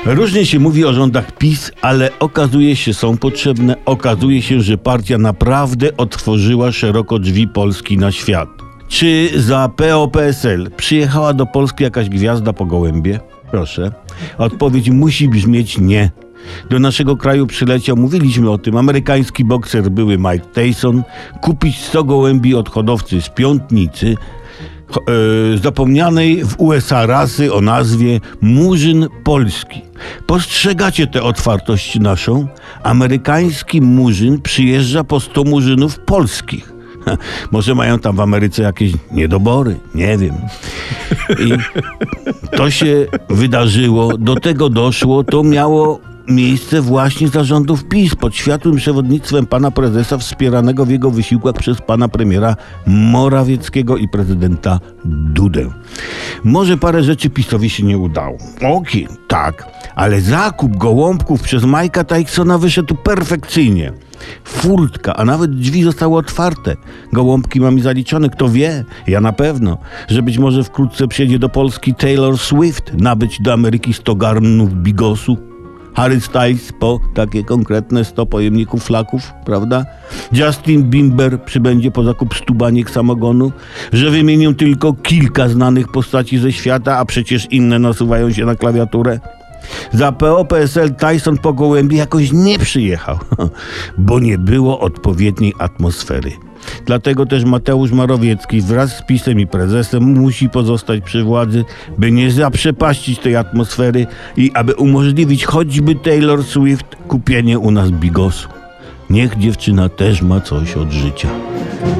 Różnie się mówi o rządach PiS, ale okazuje się, są potrzebne. Okazuje się, że partia naprawdę otworzyła szeroko drzwi Polski na świat. Czy za PO-PSL przyjechała do Polski jakaś gwiazda po gołębie? Proszę. Odpowiedź musi brzmieć nie. Do naszego kraju przyleciał, mówiliśmy o tym, amerykański bokser były Mike Tyson, kupić 100 gołębi od hodowcy z Piątnicy, zapomnianej w USA rasy o nazwie Murzyn Polski. Postrzegacie tę otwartość naszą? Amerykański murzyn przyjeżdża po 100 murzynów polskich. Może mają tam w Ameryce jakieś niedobory, nie wiem. I to się wydarzyło, do tego doszło, to miało miejsce właśnie za rządów PiS, pod światłym przewodnictwem pana prezesa, wspieranego w jego wysiłkach przez pana premiera Morawieckiego i prezydenta Dudę. Może parę rzeczy PiS-owi się nie udało. Okej, tak, ale zakup gołąbków przez Mike'a Tysona wyszedł perfekcyjnie. Furtka, a nawet drzwi zostały otwarte. Gołąbki mamy zaliczone, kto wie, ja na pewno, że być może wkrótce przyjedzie do Polski Taylor Swift, nabyć do Ameryki 100 garnów bigosu. Harry Styles po takie konkretne 100 pojemników flaków, prawda? Justin Bieber przybędzie po zakup 100 baniek samogonu, że wymienię tylko kilka znanych postaci ze świata, a przecież inne nasuwają się na klawiaturę. Za PO-PSL Tyson po gołębi jakoś nie przyjechał, bo nie było odpowiedniej atmosfery. Dlatego też Mateusz Morawiecki wraz z PiS-em i prezesem musi pozostać przy władzy, by nie zaprzepaścić tej atmosfery i aby umożliwić choćby Taylor Swift kupienie u nas bigosu. Niech dziewczyna też ma coś od życia.